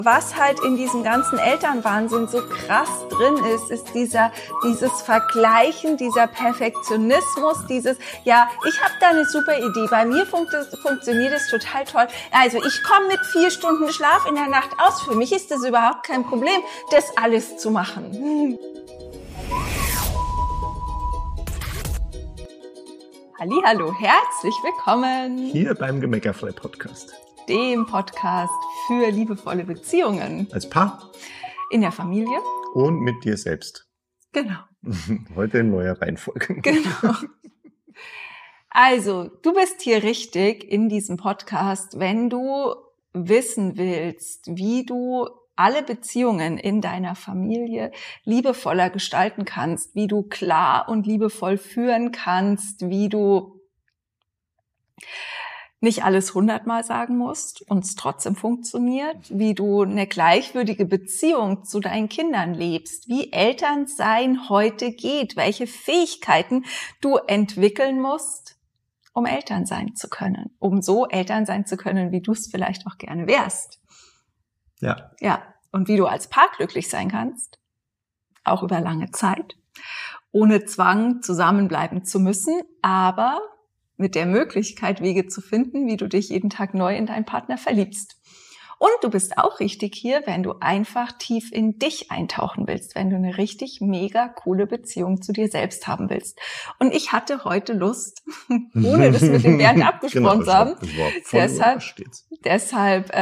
Was halt in diesem ganzen Elternwahnsinn so krass drin ist dieses Vergleichen, dieser Perfektionismus, ja, ich habe da eine super Idee, bei mir funktioniert es total toll. Also ich komme mit 4 Stunden Schlaf in der Nacht aus, für mich ist das überhaupt kein Problem, das alles zu machen. Hallihallo, herzlich willkommen. Hier beim Gemeckerfrei Podcast. Dem Podcast für liebevolle Beziehungen. Als Paar. In der Familie. Und mit dir selbst. Genau. Heute in neuer Reihenfolge. Genau. Also, du bist hier richtig in diesem Podcast, wenn du wissen willst, wie du alle Beziehungen in deiner Familie liebevoller gestalten kannst, wie du klar und liebevoll führen kannst, wie du nicht alles 100-mal sagen musst und es trotzdem funktioniert, wie du eine gleichwürdige Beziehung zu deinen Kindern lebst, wie Elternsein heute geht, welche Fähigkeiten du entwickeln musst, um Eltern sein zu können, um so Eltern sein zu können, wie du es vielleicht auch gerne wärst. Ja. Ja, und wie du als Paar glücklich sein kannst, auch über lange Zeit, ohne Zwang zusammenbleiben zu müssen, aber mit der Möglichkeit, Wege zu finden, wie du dich jeden Tag neu in deinen Partner verliebst. Und du bist auch richtig hier, wenn du einfach tief in dich eintauchen willst, wenn du eine richtig mega coole Beziehung zu dir selbst haben willst. Und ich hatte heute Lust, ohne das mit dem Bernd abgesprochen zu haben, deshalb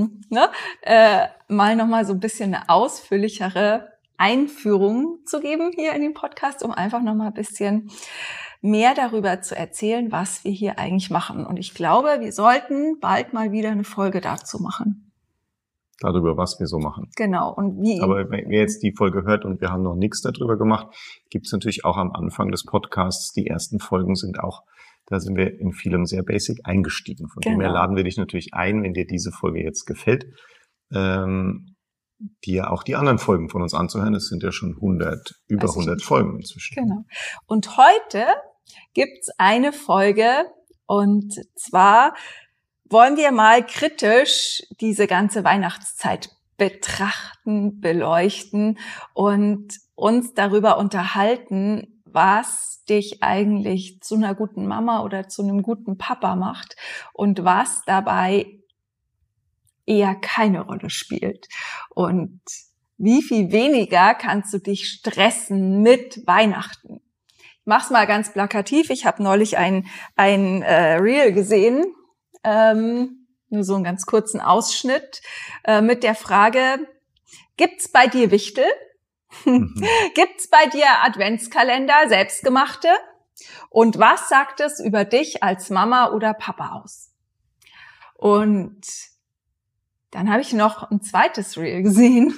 mal nochmal so ein bisschen eine ausführlichere Einführung zu geben hier in den Podcast, um einfach nochmal ein bisschen mehr darüber zu erzählen, was wir hier eigentlich machen. Und ich glaube, wir sollten bald mal wieder eine Folge dazu machen. Darüber, was wir so machen. Genau. Und wie. Aber wenn ihr jetzt die Folge hört und wir haben noch nichts darüber gemacht, gibt es natürlich auch am Anfang des Podcasts, die ersten Folgen sind auch, da sind wir in vielem sehr basic eingestiegen. Von dem her laden wir dich natürlich ein, wenn dir diese Folge jetzt gefällt, dir auch die anderen Folgen von uns anzuhören. Es sind ja schon über 100 Folgen inzwischen. Genau. Und heute gibt's eine Folge, und zwar wollen wir mal kritisch diese ganze Weihnachtszeit betrachten, beleuchten und uns darüber unterhalten, was dich eigentlich zu einer guten Mama oder zu einem guten Papa macht und was dabei eher keine Rolle spielt. Und wie viel weniger kannst du dich stressen mit Weihnachten? Ich mach's mal ganz plakativ. Ich habe neulich ein Reel gesehen, nur so einen ganz kurzen Ausschnitt, mit der Frage, gibt's bei dir Wichtel? Gibt's bei dir Adventskalender, selbstgemachte? Und was sagt es über dich als Mama oder Papa aus? Und dann habe ich noch ein zweites Reel gesehen.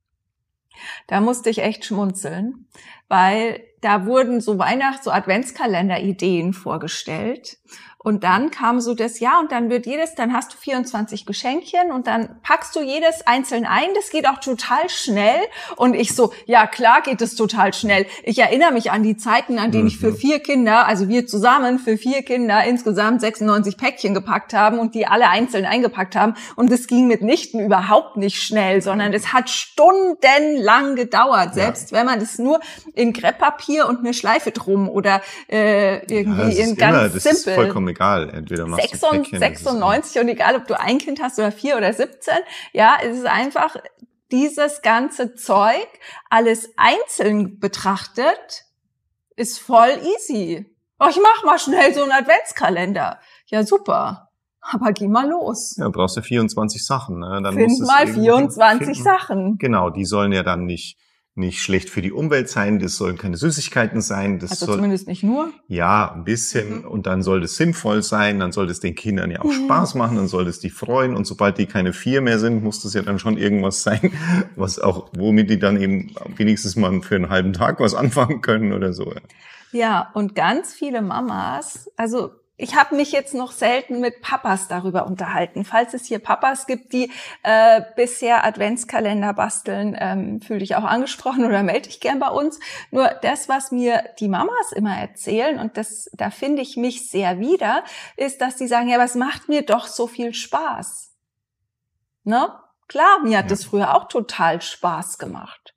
Da musste ich echt schmunzeln, weil da wurden so Adventskalender-Ideen vorgestellt. Und dann kam so das, ja, und dann dann hast du 24 Geschenkchen und dann packst du jedes einzeln ein. Das geht auch total schnell. Und ich so, ja, klar geht es total schnell. Ich erinnere mich an die Zeiten, an denen ich für 4 Kinder, also wir zusammen für 4 Kinder insgesamt 96 Päckchen gepackt haben und die alle einzeln eingepackt haben. Und das ging mitnichten überhaupt nicht schnell, sondern es hat stundenlang gedauert. Selbst wenn man das nur in Krepppapier und eine Schleife drum oder irgendwie in ganz das simpel. Ist vollkommen egal. Entweder machst du Päckchen, 96 und egal, ob du ein Kind hast oder 4 oder 17. Ja, es ist einfach dieses ganze Zeug, alles einzeln betrachtet, ist voll easy. Oh, ich mach mal schnell so einen Adventskalender. Ja, super. Aber geh mal los. Ja, brauchst du 24 Sachen. Ne? Dann Find mal 24 Sachen. Genau, die sollen ja dann nicht schlecht für die Umwelt sein, das sollen keine Süßigkeiten sein. Zumindest nicht nur? Ja, ein bisschen. Und dann soll das sinnvoll sein, dann soll das den Kindern ja auch Spaß machen, dann soll das die freuen. Und sobald die keine 4 mehr sind, muss das ja dann schon irgendwas sein, womit die dann eben wenigstens mal für einen halben Tag was anfangen können oder so. Ja, und ganz viele Mamas, also ich habe mich jetzt noch selten mit Papas darüber unterhalten. Falls es hier Papas gibt, die bisher Adventskalender basteln, fühl dich auch angesprochen oder melde dich gern bei uns. Nur das, was mir die Mamas immer erzählen, und da finde ich mich sehr wieder, ist, dass die sagen, ja, aber es macht mir doch so viel Spaß. Ne? Klar, mir hat das früher auch total Spaß gemacht.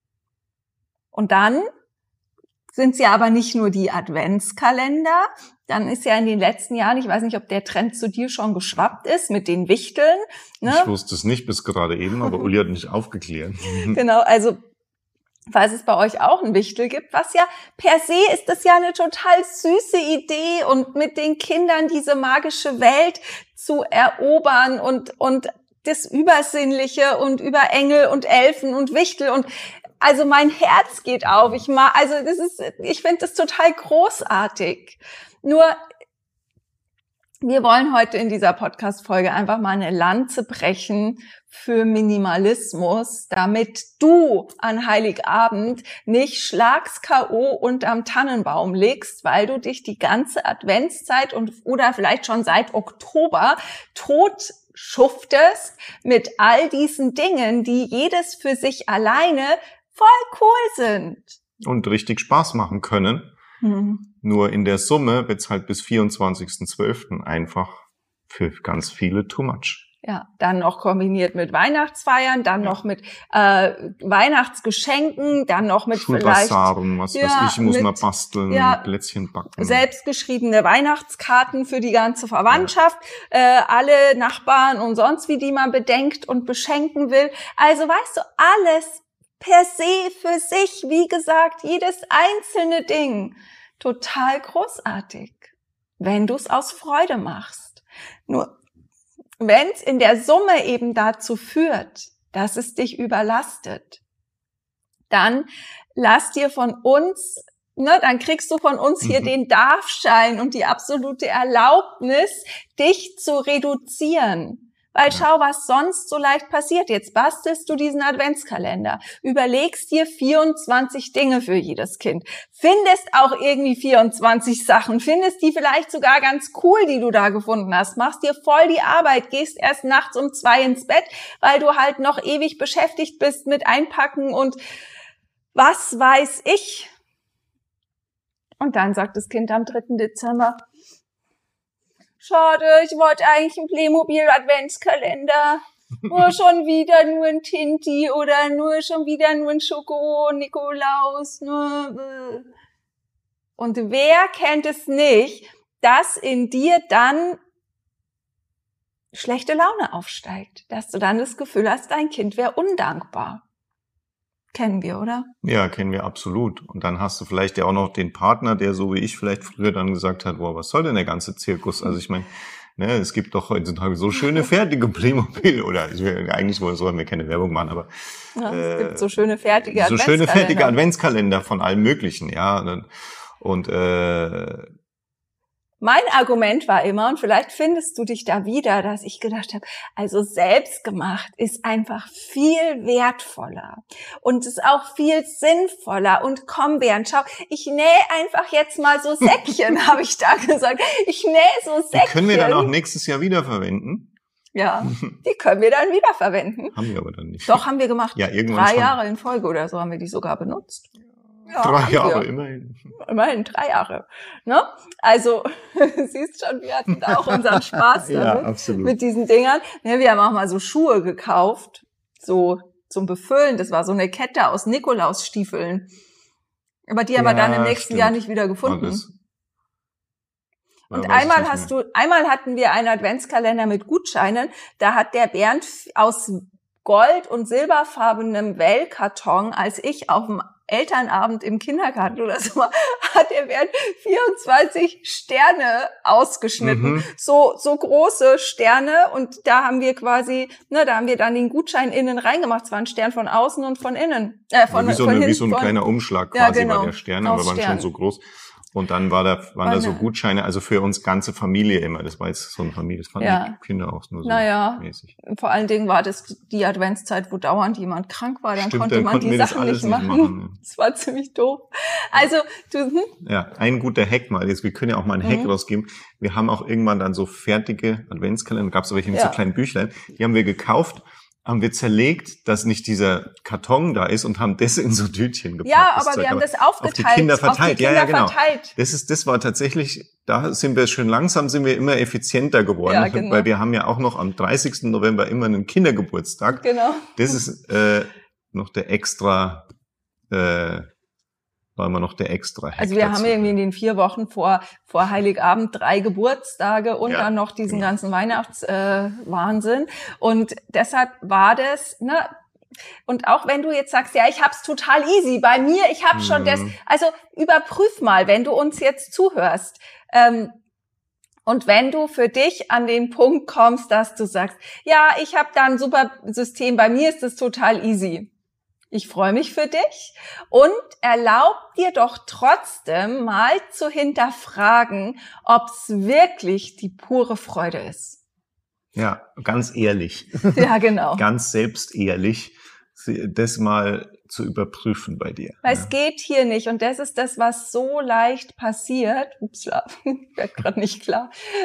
Und dann sind es ja aber nicht nur die Adventskalender, dann ist ja in den letzten Jahren, ich weiß nicht, ob der Trend zu dir schon geschwappt ist, mit den Wichteln. Ne? Ich wusste es nicht bis gerade eben, aber Uli hat mich aufgeklärt. Genau, also falls es bei euch auch ein Wichtel gibt, was ja per se ist das ja eine total süße Idee und mit den Kindern diese magische Welt zu erobern und das Übersinnliche und über Engel und Elfen und Wichtel und also mein Herz geht auf. Ich finde das total großartig. Nur wir wollen heute in dieser Podcast-Folge einfach mal eine Lanze brechen für Minimalismus, damit du an Heiligabend nicht schlags K.O. unterm Tannenbaum liegst, weil du dich die ganze Adventszeit oder vielleicht schon seit Oktober tot schuftest mit all diesen Dingen, die jedes für sich alleine voll cool sind. Und richtig Spaß machen können. Nur in der Summe wird's halt bis 24.12. einfach für ganz viele too much. Ja, dann noch kombiniert mit Weihnachtsfeiern, dann noch mit Weihnachtsgeschenken, dann noch mit Schulbasaren, was weiß ich, muss man basteln, Plätzchen backen. Selbstgeschriebene Weihnachtskarten für die ganze Verwandtschaft, alle Nachbarn und sonst wie die man bedenkt und beschenken will. Also weißt du, alles per se für sich, wie gesagt, jedes einzelne Ding, total großartig, wenn du es aus Freude machst. Nur wenn es in der Summe eben dazu führt, dass es dich überlastet, dann lass dir von uns, dann kriegst du von uns hier den Darfschein und die absolute Erlaubnis, dich zu reduzieren. Weil schau, was sonst so leicht passiert. Jetzt bastelst du diesen Adventskalender, überlegst dir 24 Dinge für jedes Kind, findest auch irgendwie 24 Sachen, findest die vielleicht sogar ganz cool, die du da gefunden hast, machst dir voll die Arbeit, gehst erst nachts um 2 ins Bett, weil du halt noch ewig beschäftigt bist mit Einpacken und was weiß ich. Und dann sagt das Kind am 3. Dezember, schade, ich wollte eigentlich einen Playmobil-Adventskalender. Nur schon wieder nur ein Tinti oder schon wieder ein Schoko-Nikolaus. Und wer kennt es nicht, dass in dir dann schlechte Laune aufsteigt? Dass du dann das Gefühl hast, dein Kind wäre undankbar. Kennen wir, oder? Ja, kennen wir absolut. Und dann hast du vielleicht ja auch noch den Partner, der so wie ich vielleicht früher dann gesagt hat, boah, was soll denn der ganze Zirkus? Also ich meine, es gibt doch heutzutage so schöne fertige Playmobil oder eigentlich sollen wir keine Werbung machen, aber es gibt so schöne fertige Adventskalender. So schöne fertige Adventskalender von allem Möglichen, ja. Und mein Argument war immer, und vielleicht findest du dich da wieder, dass ich gedacht habe, also selbstgemacht ist einfach viel wertvoller und ist auch viel sinnvoller. Und komm, Bernd, schau, ich nähe einfach jetzt mal so Säckchen, habe ich da gesagt. Ich nähe so Säckchen. Die können wir dann auch nächstes Jahr wiederverwenden? Ja, die können wir dann wiederverwenden. Haben wir aber dann nicht. Doch, haben wir gemacht. Ja, irgendwann 3 Jahre in Folge oder so haben wir die sogar benutzt. Ja, 3 Jahre, immerhin. Immerhin 3 Jahre. Ne? Also, siehst schon, wir hatten da auch unseren Spaß damit, mit diesen Dingern. Ja, wir haben auch mal so Schuhe gekauft, so zum Befüllen. Das war so eine Kette aus Nikolausstiefeln. Aber die haben wir dann im nächsten Jahr nicht wieder gefunden. Und einmal hatten wir einen Adventskalender mit Gutscheinen. Da hat der Bernd aus Gold- und silberfarbenem Wellkarton, als ich auf dem Elternabend im Kindergarten oder so, hat der Bernd 24 Sterne ausgeschnitten. So große Sterne. Und da haben wir quasi, da haben wir dann den Gutschein innen reingemacht. Es war ein Stern von außen und von innen. Wie so ein kleiner Umschlag quasi war der Stern, aber waren schon so groß. Und dann waren da so Gutscheine, also für uns ganze Familie immer. Das war jetzt so eine Familie, das fanden die Kinder auch nur so mäßig. Vor allen Dingen war das die Adventszeit, wo dauernd jemand krank war, dann konnte man die Sachen nicht machen. Das war ziemlich doof. Also, Ja, ein guter Hack mal. Jetzt, wir können ja auch mal einen Hack rausgeben. Wir haben auch irgendwann dann so fertige Adventskalender, gab es welche mit so kleinen Büchlein, die haben wir gekauft. haben wir zerlegt, dass nicht dieser Karton da ist und haben das in so Tütchen gepackt. Ja, aber wir haben das aufgeteilt. Auf die Kinder verteilt. Ja, genau. Verteilt. Das war tatsächlich, da sind wir schön langsam, sind wir immer effizienter geworden, ja, genau. weil wir haben ja auch noch am 30. November immer einen Kindergeburtstag. Genau. Das ist noch der extra, war immer noch der extra Hack. Also wir haben irgendwie in den 4 Wochen vor Heiligabend 3 Geburtstage und dann noch diesen ganzen Weihnachtswahnsinn. Und deshalb war das, ne? Und auch wenn du jetzt sagst, ja, ich hab's total easy, bei mir, ich hab schon das, also überprüf mal, wenn du uns jetzt zuhörst, und wenn du für dich an den Punkt kommst, dass du sagst, ja, ich habe da ein super System, bei mir ist es total easy. Ich freue mich für dich und erlaub dir doch trotzdem mal zu hinterfragen, ob es wirklich die pure Freude ist. Ja, ganz ehrlich. Ja, genau. Ganz selbstehrlich, das mal zu überprüfen bei dir. Weil es geht hier nicht und das ist das, was so leicht passiert. Upsla, wird gerade nicht klar.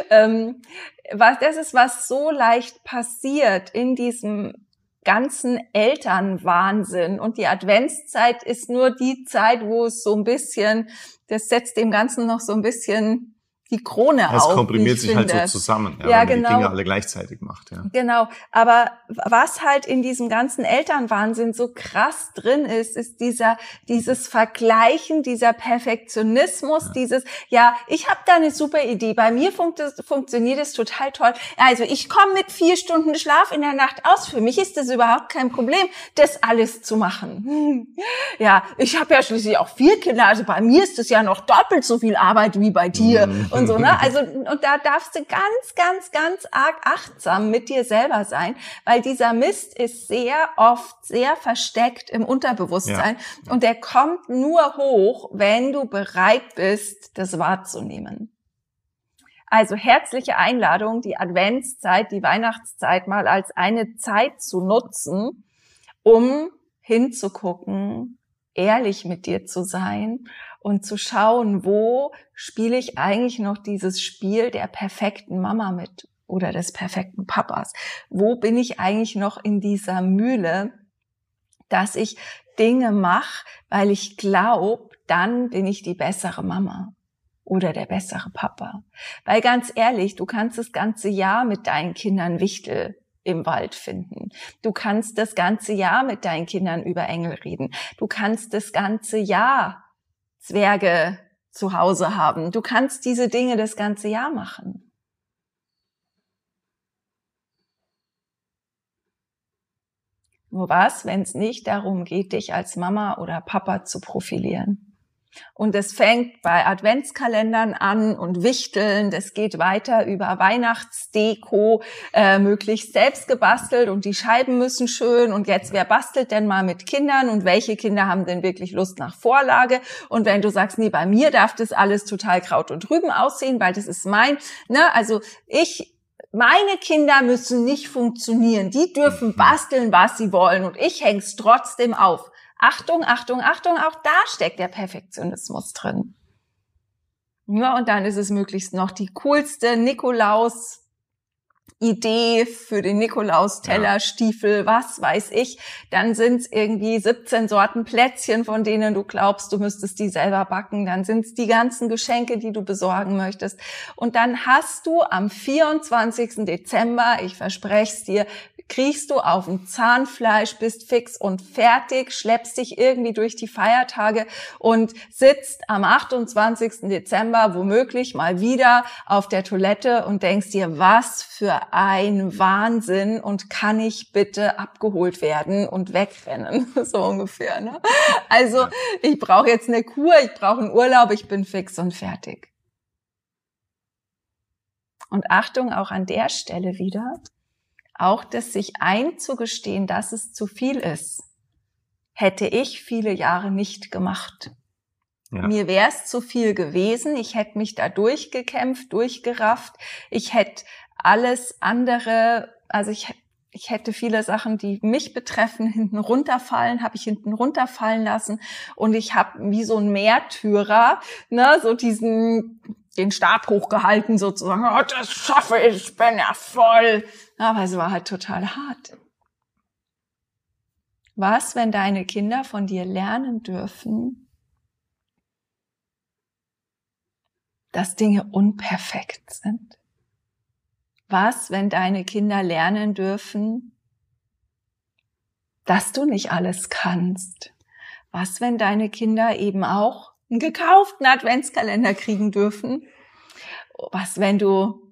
Das ist, was so leicht passiert in diesem ganzen Elternwahnsinn. Und die Adventszeit ist nur die Zeit, wo es so ein bisschen, das setzt dem Ganzen noch so ein bisschen die Krone auf. Es komprimiert sich halt so zusammen, ja, wenn genau. man die Dinge alle gleichzeitig macht. Ja. Genau, aber was halt in diesem ganzen Elternwahnsinn so krass drin ist, ist dieses Vergleichen, dieser Perfektionismus, dieses, ja, ich habe da eine super Idee, bei mir funktioniert es total toll. Also ich komme mit 4 Stunden Schlaf in der Nacht aus, für mich ist das überhaupt kein Problem, das alles zu machen. Ja, ich habe ja schließlich auch 4 Kinder, also bei mir ist es ja noch doppelt so viel Arbeit wie bei dir. Und so, ne? Also, und da darfst du ganz, ganz, ganz arg achtsam mit dir selber sein, weil dieser Mist ist sehr oft sehr versteckt im Unterbewusstsein und der kommt nur hoch, wenn du bereit bist, das wahrzunehmen. Also herzliche Einladung, die Adventszeit, die Weihnachtszeit mal als eine Zeit zu nutzen, um hinzugucken, ehrlich mit dir zu sein und zu schauen, wo spiele ich eigentlich noch dieses Spiel der perfekten Mama mit oder des perfekten Papas? Wo bin ich eigentlich noch in dieser Mühle, dass ich Dinge mache, weil ich glaube, dann bin ich die bessere Mama oder der bessere Papa? Weil ganz ehrlich, du kannst das ganze Jahr mit deinen Kindern Wichtel im Wald finden. Du kannst das ganze Jahr mit deinen Kindern über Engel reden. Du kannst das ganze Jahr Zwerge zu Hause haben. Du kannst diese Dinge das ganze Jahr machen. Nur was, wenn es nicht darum geht, dich als Mama oder Papa zu profilieren? Und es fängt bei Adventskalendern an und Wichteln, das geht weiter über Weihnachtsdeko, möglichst selbst gebastelt und die Scheiben müssen schön und jetzt, wer bastelt denn mal mit Kindern und welche Kinder haben denn wirklich Lust nach Vorlage? Und wenn du sagst, nee, bei mir darf das alles total Kraut und Rüben aussehen, weil das ist meine Kinder müssen nicht funktionieren, die dürfen basteln, was sie wollen und ich häng's trotzdem auf. Achtung, Achtung, Achtung, auch da steckt der Perfektionismus drin. Ja, und dann ist es möglichst noch die coolste Nikolaus-Idee für den Nikolaus-Teller, Stiefel, was weiß ich. Dann sind es irgendwie 17 Sorten Plätzchen, von denen du glaubst, du müsstest die selber backen. Dann sind es die ganzen Geschenke, die du besorgen möchtest. Und dann hast du am 24. Dezember, ich verspreche es dir, kriegst du auf dem Zahnfleisch, bist fix und fertig, schleppst dich irgendwie durch die Feiertage und sitzt am 28. Dezember womöglich mal wieder auf der Toilette und denkst dir, was für ein Wahnsinn und kann ich bitte abgeholt werden und wegrennen, so ungefähr. Ne? Also ich brauche jetzt eine Kur, ich brauche einen Urlaub, ich bin fix und fertig. Und Achtung, auch an der Stelle wieder, auch das sich einzugestehen, dass es zu viel ist, hätte ich viele Jahre nicht gemacht. Ja. Mir wäre es zu viel gewesen. Ich hätte mich da durchgekämpft, durchgerafft. Ich hätte alles andere, also ich hätte viele Sachen, die mich betreffen, hinten runterfallen lassen. Und ich habe wie so ein Märtyrer, ne, so den Stab hochgehalten sozusagen. Oh, das schaffe ich bin ja voll. Aber es war halt total hart. Was, wenn deine Kinder von dir lernen dürfen, dass Dinge unperfekt sind? Was, wenn deine Kinder lernen dürfen, dass du nicht alles kannst? Was, wenn deine Kinder eben auch einen gekauften Adventskalender kriegen dürfen? Was, wenn du,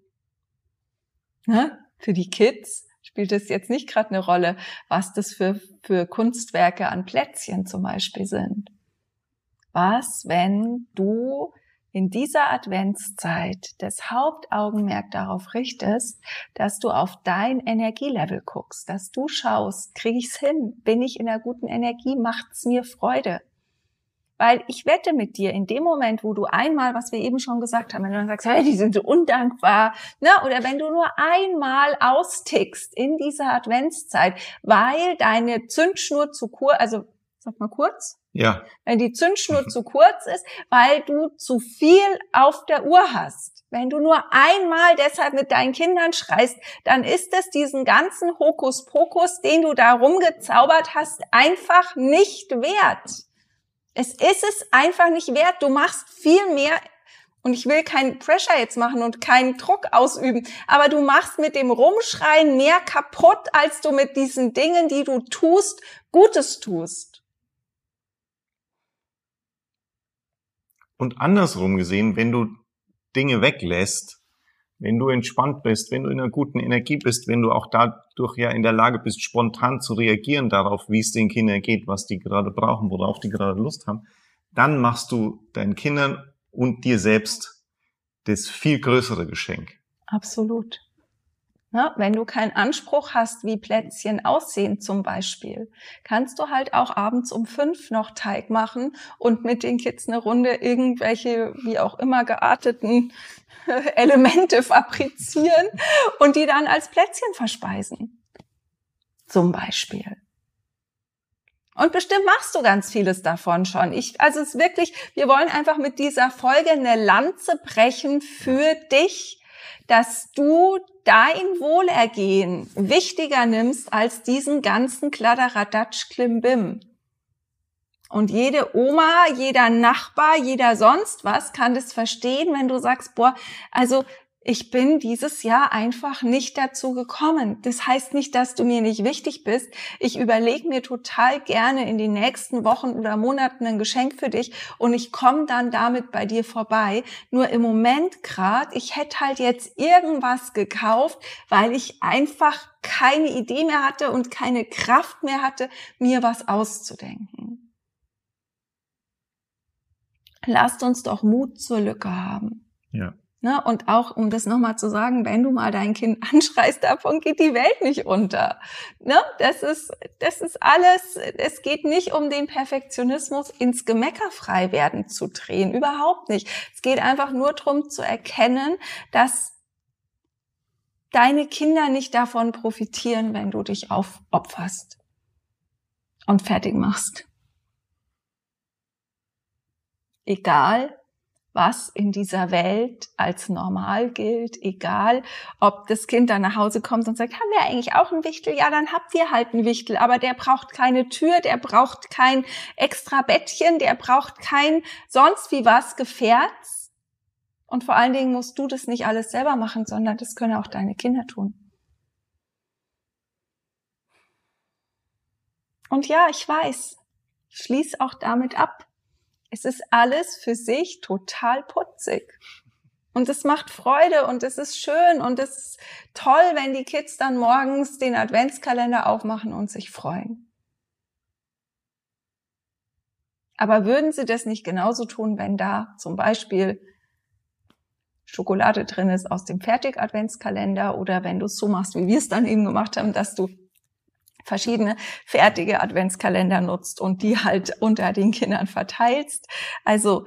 für die Kids spielt es jetzt nicht gerade eine Rolle, was das für Kunstwerke an Plätzchen zum Beispiel sind? Was, wenn du in dieser Adventszeit das Hauptaugenmerk darauf richtest, dass du auf dein Energielevel guckst, dass du schaust, kriege ich's hin, bin ich in einer guten Energie, macht's mir Freude? Weil ich wette mit dir, in dem Moment, wo du einmal, was wir eben schon gesagt haben, wenn du dann sagst, hey, die sind so undankbar, oder wenn du nur einmal austickst in dieser Adventszeit, weil deine Zündschnur zu kurz, also sag mal kurz, ja, wenn die Zündschnur zu kurz ist, weil du zu viel auf der Uhr hast. Wenn du nur einmal deshalb mit deinen Kindern schreist, dann ist es diesen ganzen Hokuspokus, den du da rumgezaubert hast, einfach nicht wert. Es ist es einfach nicht wert. Du machst viel mehr, und ich will keinen Pressure jetzt machen und keinen Druck ausüben, aber du machst mit dem Rumschreien mehr kaputt, als du mit diesen Dingen, die du tust, Gutes tust. Und andersrum gesehen, wenn du Dinge weglässt, wenn du entspannt bist, wenn du in einer guten Energie bist, wenn du auch dadurch ja in der Lage bist, spontan zu reagieren darauf, wie es den Kindern geht, was die gerade brauchen, worauf die gerade Lust haben, dann machst du deinen Kindern und dir selbst das viel größere Geschenk. Absolut. Ja, wenn du keinen Anspruch hast, wie Plätzchen aussehen zum Beispiel, kannst du halt auch abends um 5 noch Teig machen und mit den Kids eine Runde irgendwelche, wie auch immer gearteten Elemente fabrizieren und die dann als Plätzchen verspeisen. Zum Beispiel. Und bestimmt machst du ganz vieles davon schon. Also es ist wirklich, wir wollen einfach mit dieser Folge eine Lanze brechen für dich, dass du dein Wohlergehen wichtiger nimmst als diesen ganzen Kladderadatsch Klimbim. Und jede Oma, jeder Nachbar, jeder sonst was kann das verstehen, wenn du sagst, also ich bin dieses Jahr einfach nicht dazu gekommen. Das heißt nicht, dass du mir nicht wichtig bist. Ich überlege mir total gerne in den nächsten Wochen oder Monaten ein Geschenk für dich und ich komme dann damit bei dir vorbei. Nur im Moment gerade, ich hätte halt jetzt irgendwas gekauft, weil ich einfach keine Idee mehr hatte und keine Kraft mehr hatte, mir was auszudenken. Lasst uns doch Mut zur Lücke haben. Ja. Und auch, um das nochmal zu sagen, wenn du mal dein Kind anschreist, davon geht die Welt nicht unter. Das ist alles, es geht nicht um den Perfektionismus ins Gemeckerfreiwerden zu drehen, überhaupt nicht. Es geht einfach nur darum zu erkennen, dass deine Kinder nicht davon profitieren, wenn du dich aufopferst und fertig machst. Egal, was in dieser Welt als normal gilt, egal, ob das Kind dann nach Hause kommt und sagt, haben wir eigentlich auch ein Wichtel? Ja, dann habt ihr halt ein Wichtel, aber der braucht keine Tür, der braucht kein extra Bettchen, der braucht kein sonst wie was Gefährts. Und vor allen Dingen musst du das nicht alles selber machen, sondern das können auch deine Kinder tun. Und ja, ich weiß, ich schließe auch damit ab. Es ist alles für sich total putzig. Und es macht Freude und es ist schön und es ist toll, wenn die Kids dann morgens den Adventskalender aufmachen und sich freuen. Aber würden sie das nicht genauso tun, wenn da zum Beispiel Schokolade drin ist aus dem Fertig-Adventskalender oder wenn du es so machst, wie wir es dann eben gemacht haben, dass du verschiedene fertige Adventskalender nutzt und die halt unter den Kindern verteilst. Also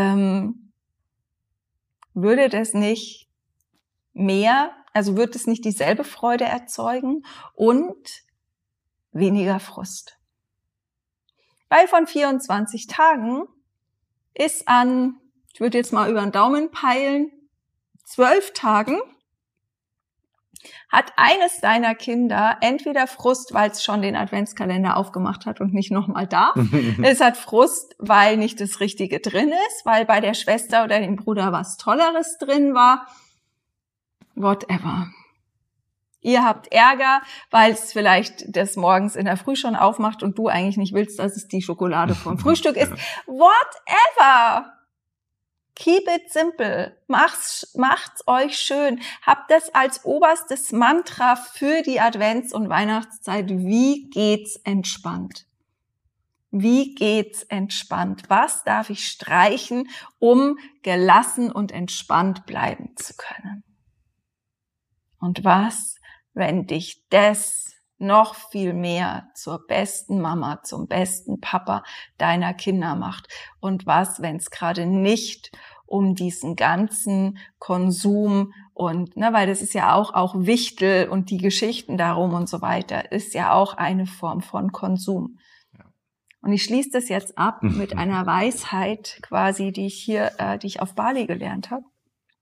würde das nicht wird es nicht dieselbe Freude erzeugen und weniger Frust. Weil von 24 Tagen ist ich würde jetzt mal über den Daumen peilen, 12 Tagen Hat eines deiner Kinder entweder Frust, weil es schon den Adventskalender aufgemacht hat und nicht nochmal darf? Es hat Frust, weil nicht das Richtige drin ist, weil bei der Schwester oder dem Bruder was Tolleres drin war. Whatever. Ihr habt Ärger, weil es vielleicht das morgens in der Früh schon aufmacht und du eigentlich nicht willst, dass es die Schokolade vom Frühstück ist. Whatever. Keep it simple. Macht's euch schön. Habt das als oberstes Mantra für die Advents- und Weihnachtszeit. Wie geht's entspannt? Wie geht's entspannt? Was darf ich streichen, um gelassen und entspannt bleiben zu können? Und was, wenn dich das noch viel mehr zur besten Mama, zum besten Papa deiner Kinder macht? Und was, wenn es gerade nicht um diesen ganzen Konsum und, weil das ist ja auch Wichtel und die Geschichten darum und so weiter, ist ja auch eine Form von Konsum. Ja. Und ich schließe das jetzt ab mit einer Weisheit quasi, die ich auf Bali gelernt habe.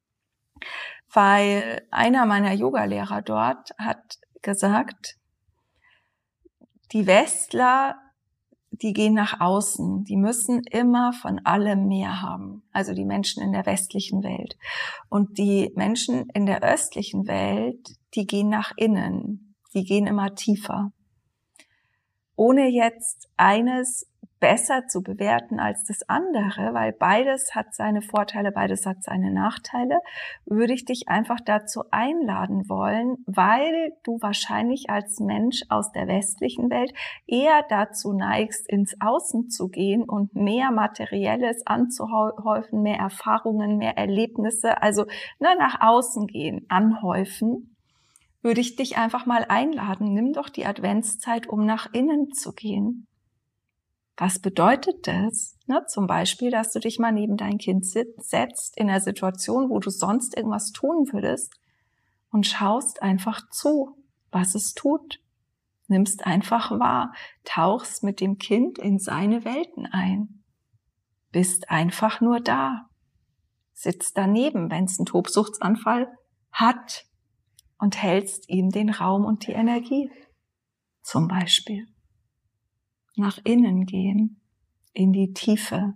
Weil einer meiner Yogalehrer dort hat gesagt, die Westler, die gehen nach außen, die müssen immer von allem mehr haben. Also die Menschen in der westlichen Welt. Und die Menschen in der östlichen Welt, die gehen nach innen, die gehen immer tiefer. Ohne jetzt eines besser zu bewerten als das andere, weil beides hat seine Vorteile, beides hat seine Nachteile, würde ich dich einfach dazu einladen wollen, weil du wahrscheinlich als Mensch aus der westlichen Welt eher dazu neigst, ins Außen zu gehen und mehr Materielles anzuhäufen, mehr Erfahrungen, mehr Erlebnisse, also nach außen gehen, anhäufen. Würde ich dich einfach mal einladen, nimm doch die Adventszeit, um nach innen zu gehen. Was bedeutet das? Zum Beispiel, dass du dich mal neben dein Kind setzt in einer Situation, wo du sonst irgendwas tun würdest und schaust einfach zu, was es tut. Nimmst einfach wahr, tauchst mit dem Kind in seine Welten ein. Bist einfach nur da. Sitzt daneben, wenn es einen Tobsuchtsanfall hat und hältst ihm den Raum und die Energie. Zum Beispiel. Nach innen gehen, in die Tiefe.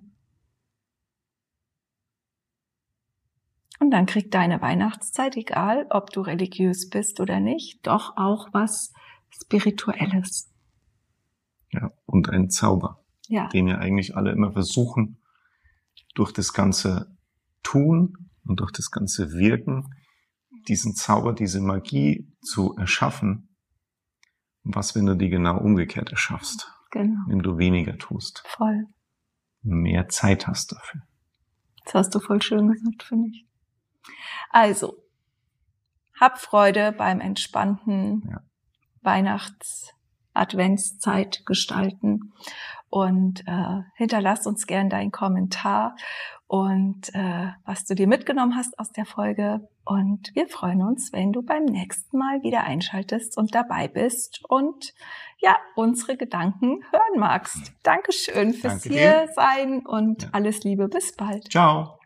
Und dann kriegt deine Weihnachtszeit, egal ob du religiös bist oder nicht, doch auch was Spirituelles. Ja, und ein Zauber, den ja eigentlich alle immer versuchen, durch das ganze Tun und durch das ganze Wirken, diesen Zauber, diese Magie zu erschaffen. Was, wenn du die genau umgekehrt erschaffst? Genau. Wenn du weniger tust. Voll. Mehr Zeit hast dafür. Das hast du voll schön gesagt, finde ich. Also, hab Freude beim entspannten Weihnachts-Adventszeit gestalten und hinterlass uns gern deinen Kommentar und was du dir mitgenommen hast aus der Folge. Und wir freuen uns, wenn du beim nächsten Mal wieder einschaltest und dabei bist und unsere Gedanken hören magst. Dankeschön fürs Hier sein und alles Liebe. Bis bald. Ciao.